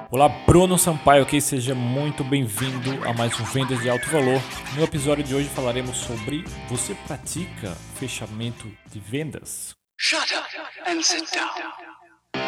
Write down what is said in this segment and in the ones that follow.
Olá, Bruno Sampaio aqui, seja muito bem-vindo a mais um Vendas de Alto Valor. No episódio de hoje falaremos sobre: você pratica fechamento de vendas? Shut up and sit down.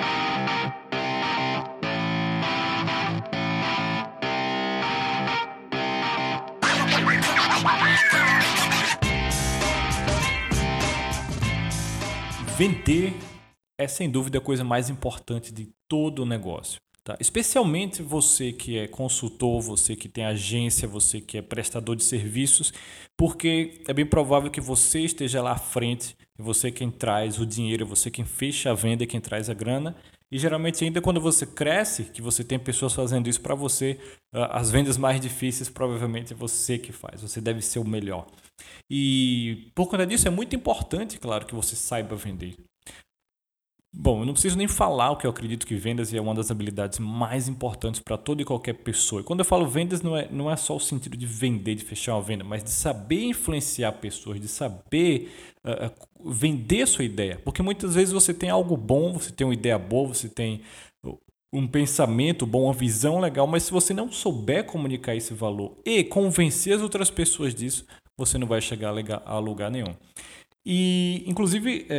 Vender é sem dúvida a coisa mais importante de todo o negócio. Tá? Especialmente você que é consultor, você que tem agência, você que é prestador de serviços, porque é bem provável que você esteja lá à frente, você quem traz o dinheiro, você quem fecha a venda, quem traz a grana. E geralmente ainda quando você cresce, que você tem pessoas fazendo isso para você, as vendas mais difíceis provavelmente é você que faz, você deve ser o melhor. E por conta disso é muito importante, claro, que você saiba vender. Bom, eu não preciso nem falar o que eu acredito que vendas é uma das habilidades mais importantes para toda e qualquer pessoa. E quando eu falo vendas, não é só o sentido de vender, de fechar uma venda, mas de saber influenciar pessoas, de saber vender a sua ideia. Porque muitas vezes você tem algo bom, você tem uma ideia boa, você tem um pensamento bom, uma visão legal, mas se você não souber comunicar esse valor e convencer as outras pessoas disso, você não vai chegar a lugar nenhum. E, inclusive,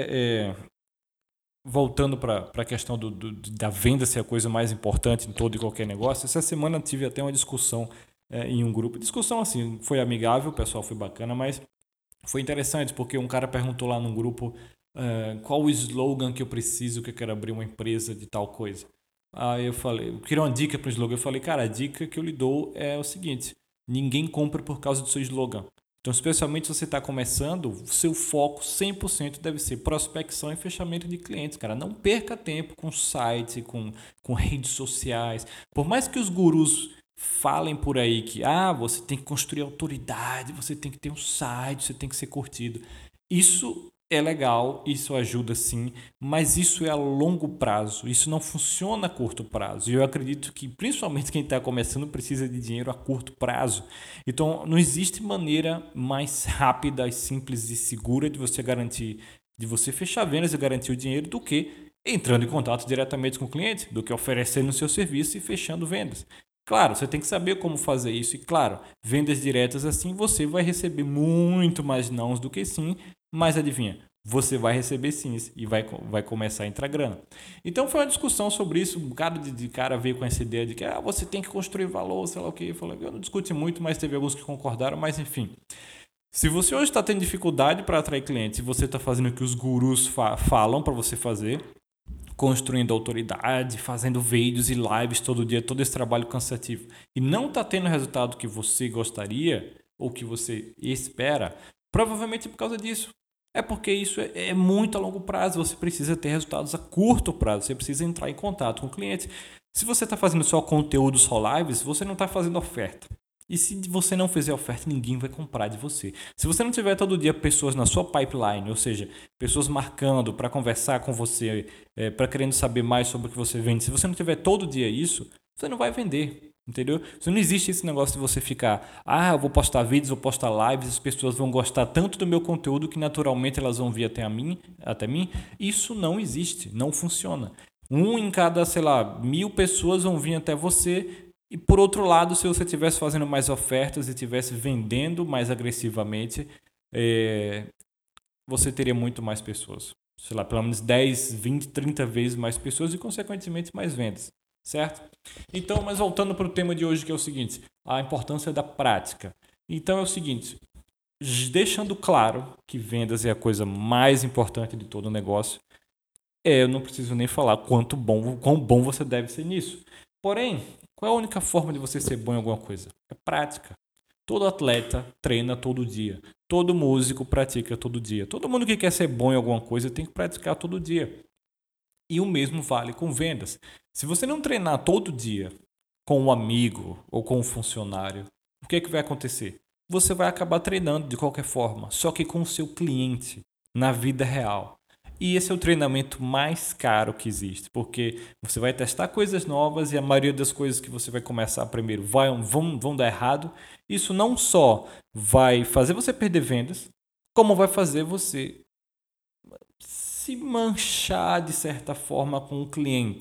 voltando para a questão da venda ser a coisa mais importante em todo e qualquer negócio, essa semana tive até uma discussão em um grupo. Discussão assim, foi amigável, o pessoal foi bacana, mas foi interessante porque um cara perguntou lá no grupo qual o slogan que eu preciso, que eu quero abrir uma empresa de tal coisa. Aí eu falei, eu queria uma dica para o slogan. Eu falei, cara, a dica que eu lhe dou é o seguinte: ninguém compra por causa do seu slogan. Então, especialmente se você está começando, seu foco 100% deve ser prospecção e fechamento de clientes, cara. Não perca tempo com site, com redes sociais. Por mais que os gurus falem por aí que você tem que construir autoridade, você tem que ter um site, você tem que ser curtido. Isso é legal, isso ajuda sim, mas isso é a longo prazo, isso não funciona a curto prazo. E eu acredito que principalmente quem está começando precisa de dinheiro a curto prazo. Então não existe maneira mais rápida, simples e segura de você garantir, de você fechar vendas e garantir o dinheiro do que entrando em contato diretamente com o cliente, do que oferecendo o seu serviço e fechando vendas. Claro, você tem que saber como fazer isso e, claro, vendas diretas assim você vai receber muito mais nãos do que sim, mas adivinha, você vai receber sim e vai começar a entrar grana. Então foi uma discussão sobre isso, um cara de cara veio com essa ideia de que você tem que construir valor, sei lá o que. Eu não discuti muito, mas teve alguns que concordaram, mas enfim. Se você hoje está tendo dificuldade para atrair clientes e você está fazendo o que os gurus falam para você fazer, construindo autoridade, fazendo vídeos e lives todo dia, todo esse trabalho cansativo, e não está tendo o resultado que você gostaria ou que você espera, provavelmente é por causa disso. É porque isso é muito a longo prazo, você precisa ter resultados a curto prazo, você precisa entrar em contato com o cliente. Se você está fazendo só conteúdo, só lives, você não está fazendo oferta. E se você não fizer oferta, ninguém vai comprar de você. Se você não tiver todo dia pessoas na sua pipeline, ou seja, pessoas marcando para conversar com você, para querendo saber mais sobre o que você vende, se você não tiver todo dia isso, você não vai vender, entendeu? Não existe esse negócio de você ficar, eu vou postar vídeos, vou postar lives, as pessoas vão gostar tanto do meu conteúdo que naturalmente elas vão vir até mim. Isso não existe, não funciona. Em cada, 1.000 pessoas vão vir até você. E por outro lado, se você estivesse fazendo mais ofertas e estivesse vendendo mais agressivamente, você teria muito mais pessoas. Pelo menos 10, 20, 30 vezes mais pessoas e, consequentemente, mais vendas. Certo? Então, mas voltando para o tema de hoje, que é o seguinte: a importância da prática. Então é o seguinte, deixando claro que vendas é a coisa mais importante de todo o negócio, eu não preciso nem falar quão bom você deve ser nisso. Porém, qual é a única forma de você ser bom em alguma coisa? É prática. Todo atleta treina todo dia. Todo músico pratica todo dia. Todo mundo que quer ser bom em alguma coisa tem que praticar todo dia. E o mesmo vale com vendas. Se você não treinar todo dia com um amigo ou com um funcionário, o que vai acontecer? Você vai acabar treinando de qualquer forma, só que com o seu cliente, na vida real. E esse é o treinamento mais caro que existe, porque você vai testar coisas novas e a maioria das coisas que você vai começar primeiro vão dar errado. Isso não só vai fazer você perder vendas, como vai fazer você se manchar de certa forma com o cliente,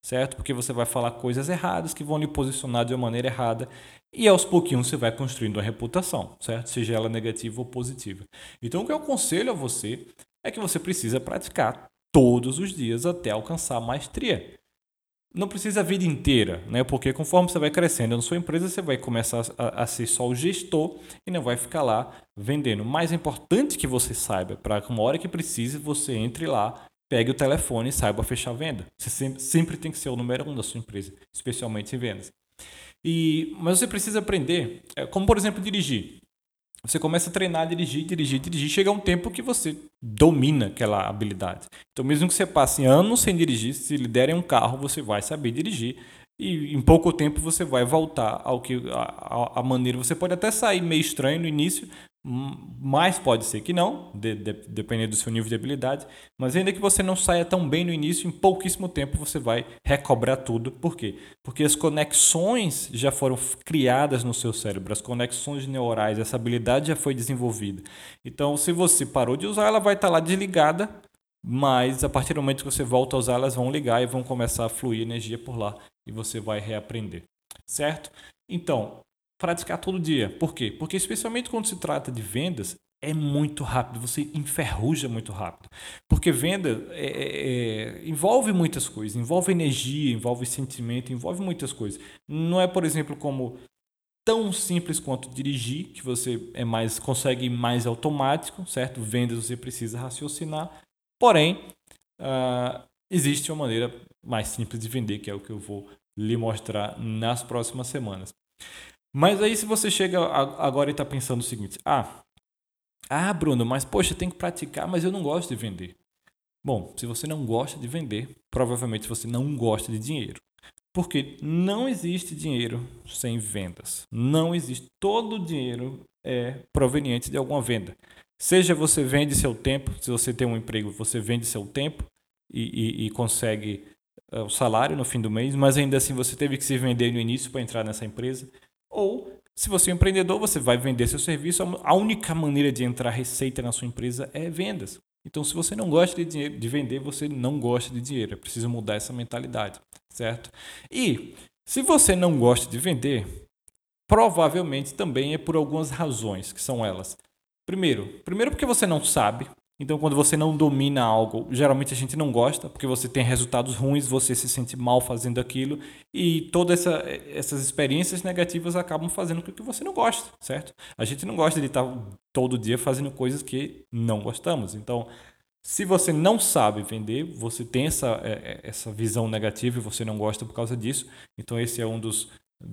certo? Porque você vai falar coisas erradas que vão lhe posicionar de uma maneira errada e aos pouquinhos você vai construindo uma reputação, certo? Seja ela negativa ou positiva. Então o que eu aconselho a você é que você precisa praticar todos os dias até alcançar a maestria. Não precisa a vida inteira, né? Porque conforme você vai crescendo na sua empresa, você vai começar a ser só o gestor e não vai ficar lá vendendo. O mais importante que você saiba, para que uma hora que precise, você entre lá, pegue o telefone e saiba fechar a venda. Você sempre tem que ser o número 1 da sua empresa, especialmente em vendas. Mas você precisa aprender, como por exemplo dirigir. Você começa a treinar, dirigir, chega um tempo que você domina aquela habilidade. Então, mesmo que você passe anos sem dirigir, se lhe derem um carro, você vai saber dirigir e em pouco tempo você vai voltar ao que a maneira. Você pode até sair meio estranho no início, mas pode ser que não, dependendo do seu nível de habilidade. Mas ainda que você não saia tão bem no início, em pouquíssimo tempo você vai recobrar tudo. Por quê? Porque as conexões já foram criadas no seu cérebro, as conexões neurais, essa habilidade já foi desenvolvida. Então, se você parou de usar, ela vai estar lá desligada, mas a partir do momento que você volta a usar, elas vão ligar e vão começar a fluir energia por lá e você vai reaprender, certo? Então, praticar todo dia. Por quê? Porque especialmente quando se trata de vendas, é muito rápido, você enferruja muito rápido. Porque venda envolve muitas coisas, envolve energia, envolve sentimento, envolve muitas coisas. Não é, por exemplo, como tão simples quanto dirigir, que você consegue ir mais automático, certo? Vendas você precisa raciocinar. Porém, existe uma maneira mais simples de vender, que é o que eu vou lhe mostrar nas próximas semanas. Mas aí se você chega agora e está pensando o seguinte, Bruno, mas poxa, tem que praticar, mas eu não gosto de vender. Bom, se você não gosta de vender, provavelmente você não gosta de dinheiro. Porque não existe dinheiro sem vendas. Não existe. Todo dinheiro é proveniente de alguma venda. Seja você vende seu tempo, se você tem um emprego, você vende seu tempo e consegue o salário no fim do mês, mas ainda assim você teve que se vender no início para entrar nessa empresa. Ou, se você é um empreendedor, você vai vender seu serviço. A única maneira de entrar receita na sua empresa é vendas. Então, se você não gosta de vender, você não gosta de dinheiro. É preciso mudar essa mentalidade, certo? E, se você não gosta de vender, provavelmente também é por algumas razões, que são elas. Primeiro porque você não sabe. Então, quando você não domina algo, geralmente a gente não gosta, porque você tem resultados ruins, você se sente mal fazendo aquilo, e todas essas experiências negativas acabam fazendo com que você não goste, certo? A gente não gosta de estar todo dia fazendo coisas que não gostamos. Então, se você não sabe vender, você tem essa visão negativa e você não gosta por causa disso. Então, esse é um dos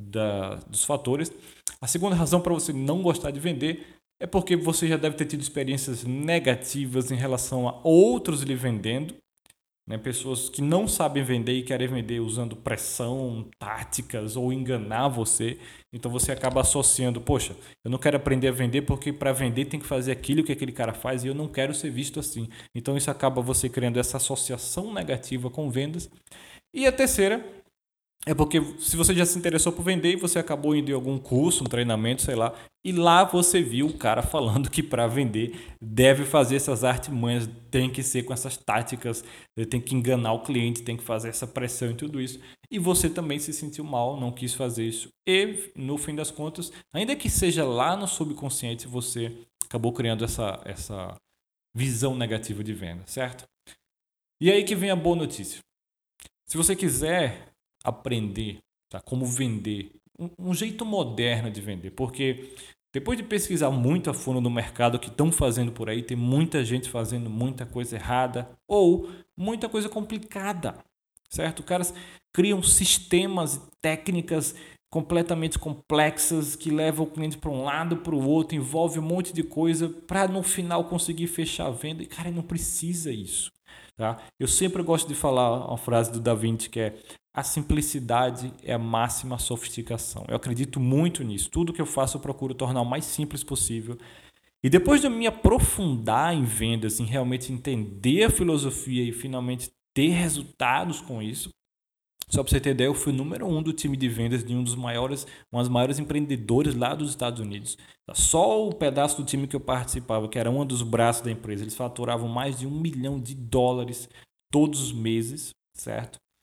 fatores. A segunda razão para você não gostar de vender é porque você já deve ter tido experiências negativas em relação a outros lhe vendendo, né? Pessoas que não sabem vender e querem vender usando pressão, táticas ou enganar você. Então você acaba associando, poxa, eu não quero aprender a vender porque para vender tem que fazer aquilo que aquele cara faz e eu não quero ser visto assim. Então isso acaba você criando essa associação negativa com vendas. E a terceira é porque se você já se interessou por vender e você acabou indo em algum curso, um treinamento, sei lá, e lá você viu o cara falando que para vender deve fazer essas artimanhas, tem que ser com essas táticas, tem que enganar o cliente, tem que fazer essa pressão e tudo isso. E você também se sentiu mal, não quis fazer isso. E, no fim das contas, ainda que seja lá no subconsciente, você acabou criando essa visão negativa de venda, certo? E aí que vem a boa notícia. Se você quiser aprender, tá? Como vender, um jeito moderno de vender, porque depois de pesquisar muito a fundo no mercado que estão fazendo por aí, tem muita gente fazendo muita coisa errada ou muita coisa complicada, certo? Caras criam sistemas e técnicas completamente complexas que levam o cliente para um lado, para o outro, envolve um monte de coisa para no final conseguir fechar a venda. E cara, não precisa isso. Tá? Eu sempre gosto de falar uma frase do Da Vinci que é: a simplicidade é a máxima sofisticação. Eu acredito muito nisso. Tudo que eu faço eu procuro tornar o mais simples possível. E depois de me aprofundar em vendas, em realmente entender a filosofia e finalmente ter resultados com isso, só para você ter ideia, eu fui o número 1 do time de vendas de uma das maiores empreendedores lá dos Estados Unidos. Só o pedaço do time que eu participava, que era um dos braços da empresa, eles faturavam mais de $1 milhão todos os meses, certo?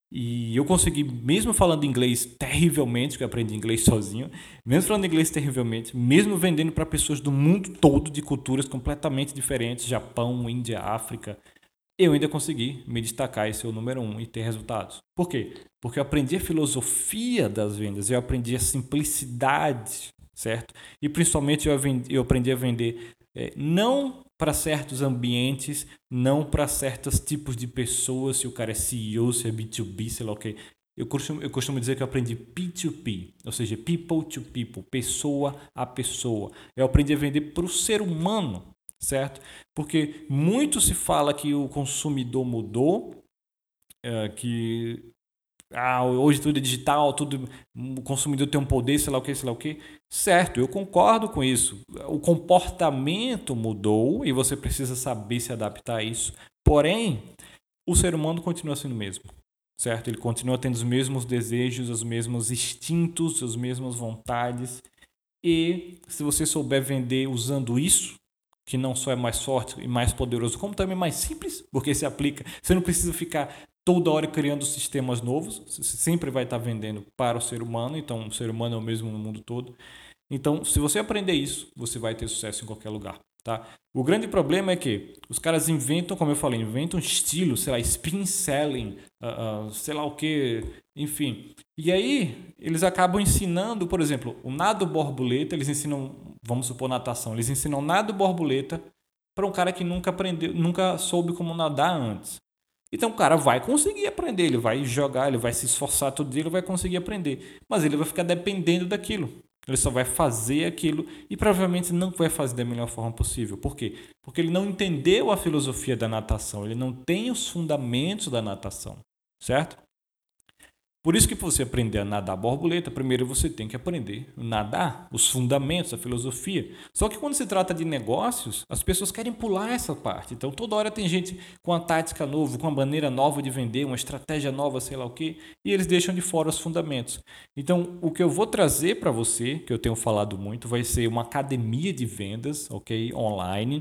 E eu consegui, mesmo falando inglês terrivelmente, que eu aprendi inglês sozinho, mesmo falando inglês terrivelmente, mesmo vendendo para pessoas do mundo todo, de culturas completamente diferentes, Japão, Índia, África, eu ainda consegui me destacar e ser o número 1 e ter resultados. Por quê? Porque eu aprendi a filosofia das vendas, eu aprendi a simplicidade, certo? E principalmente eu aprendi a vender não para certos ambientes, não para certos tipos de pessoas, se o cara é CEO, se é B2B, sei lá o que. Eu costumo dizer que eu aprendi P2P, ou seja, people to people, pessoa a pessoa. Eu aprendi a vender para o ser humano, certo? Porque muito se fala que o consumidor mudou, que hoje tudo é digital, o consumidor tem um poder, sei lá o que. Certo, eu concordo com isso. O comportamento mudou e você precisa saber se adaptar a isso. Porém, o ser humano continua sendo o mesmo, certo? Ele continua tendo os mesmos desejos, os mesmos instintos, as mesmas vontades. E se você souber vender usando isso, que não só é mais forte e mais poderoso, como também mais simples, porque se aplica. Você não precisa ficar toda hora criando sistemas novos, você sempre vai estar vendendo para o ser humano, então o ser humano é o mesmo no mundo todo. Então, se você aprender isso, você vai ter sucesso em qualquer lugar, tá? O grande problema é que os caras inventam, como eu falei, inventam estilo, sei lá, spin selling, sei lá o que, enfim. E aí, eles acabam ensinando, por exemplo, o nado borboleta, eles ensinam, vamos supor, natação, eles ensinam nado borboleta para um cara que nunca soube como nadar antes. Então o cara vai conseguir aprender, ele vai jogar, ele vai se esforçar todo dia, ele vai conseguir aprender. Mas ele vai ficar dependendo daquilo. Ele só vai fazer aquilo e provavelmente não vai fazer da melhor forma possível. Por quê? Porque ele não entendeu a filosofia da natação, ele não tem os fundamentos da natação, certo? Por isso que para você aprender a nadar borboleta, primeiro você tem que aprender a nadar, os fundamentos, a filosofia. Só que quando se trata de negócios, as pessoas querem pular essa parte. Então toda hora tem gente com uma tática nova, com uma maneira nova de vender, uma estratégia nova, sei lá o quê, e eles deixam de fora os fundamentos. Então o que eu vou trazer para você, que eu tenho falado muito, vai ser uma academia de vendas, ok, online.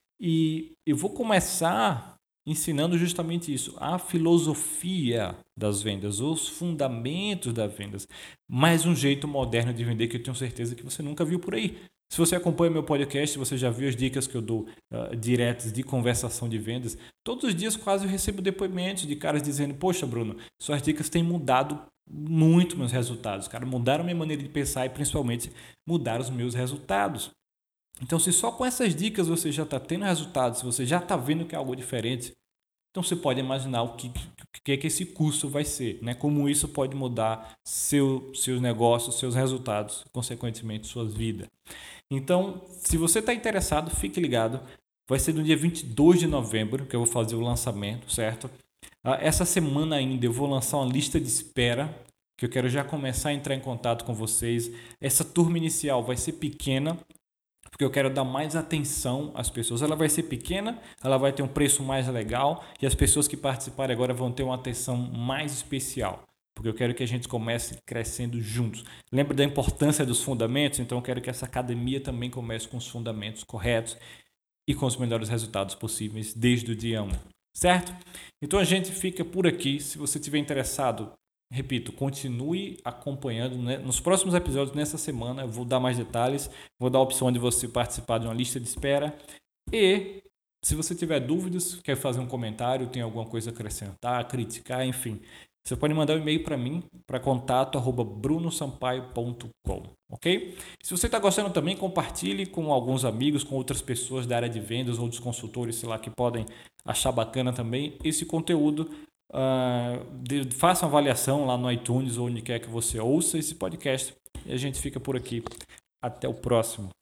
E eu vou começar ensinando justamente isso, a filosofia das vendas, os fundamentos das vendas, mais um jeito moderno de vender que eu tenho certeza que você nunca viu por aí. Se você acompanha meu podcast, você já viu as dicas que eu dou diretas de conversação de vendas. Todos os dias quase eu recebo depoimentos de caras dizendo, poxa Bruno, suas dicas têm mudado muito meus resultados, cara, mudaram minha maneira de pensar e principalmente mudaram os meus resultados. Então, se só com essas dicas você já está tendo resultados, se você já está vendo que é algo diferente, então você pode imaginar o que esse curso vai ser, né? Como isso pode mudar seus negócios, seus resultados, consequentemente sua vida. Então, se você está interessado, fique ligado. Vai ser no dia 22 de novembro que eu vou fazer o lançamento, certo? Essa semana ainda eu vou lançar uma lista de espera, que eu quero já começar a entrar em contato com vocês. Essa turma inicial vai ser pequena, porque eu quero dar mais atenção às pessoas. Ela vai ser pequena, ela vai ter um preço mais legal e as pessoas que participarem agora vão ter uma atenção mais especial, porque eu quero que a gente comece crescendo juntos. Lembra da importância dos fundamentos? Então eu quero que essa academia também comece com os fundamentos corretos e com os melhores resultados possíveis desde o dia 1, certo? Então a gente fica por aqui. Se você estiver interessado, repito, continue acompanhando, né? Nos próximos episódios, nessa semana, eu vou dar mais detalhes, vou dar a opção de você participar de uma lista de espera. E se você tiver dúvidas, quer fazer um comentário, tem alguma coisa a acrescentar, criticar, enfim, você pode mandar um e-mail para mim, para contato@brunosampaio.com, ok? Se você está gostando também, compartilhe com alguns amigos, com outras pessoas da área de vendas, outros consultores, sei lá, que podem achar bacana também esse conteúdo. Faça uma avaliação lá no iTunes ou onde quer que você ouça esse podcast e a gente fica por aqui. Até o próximo.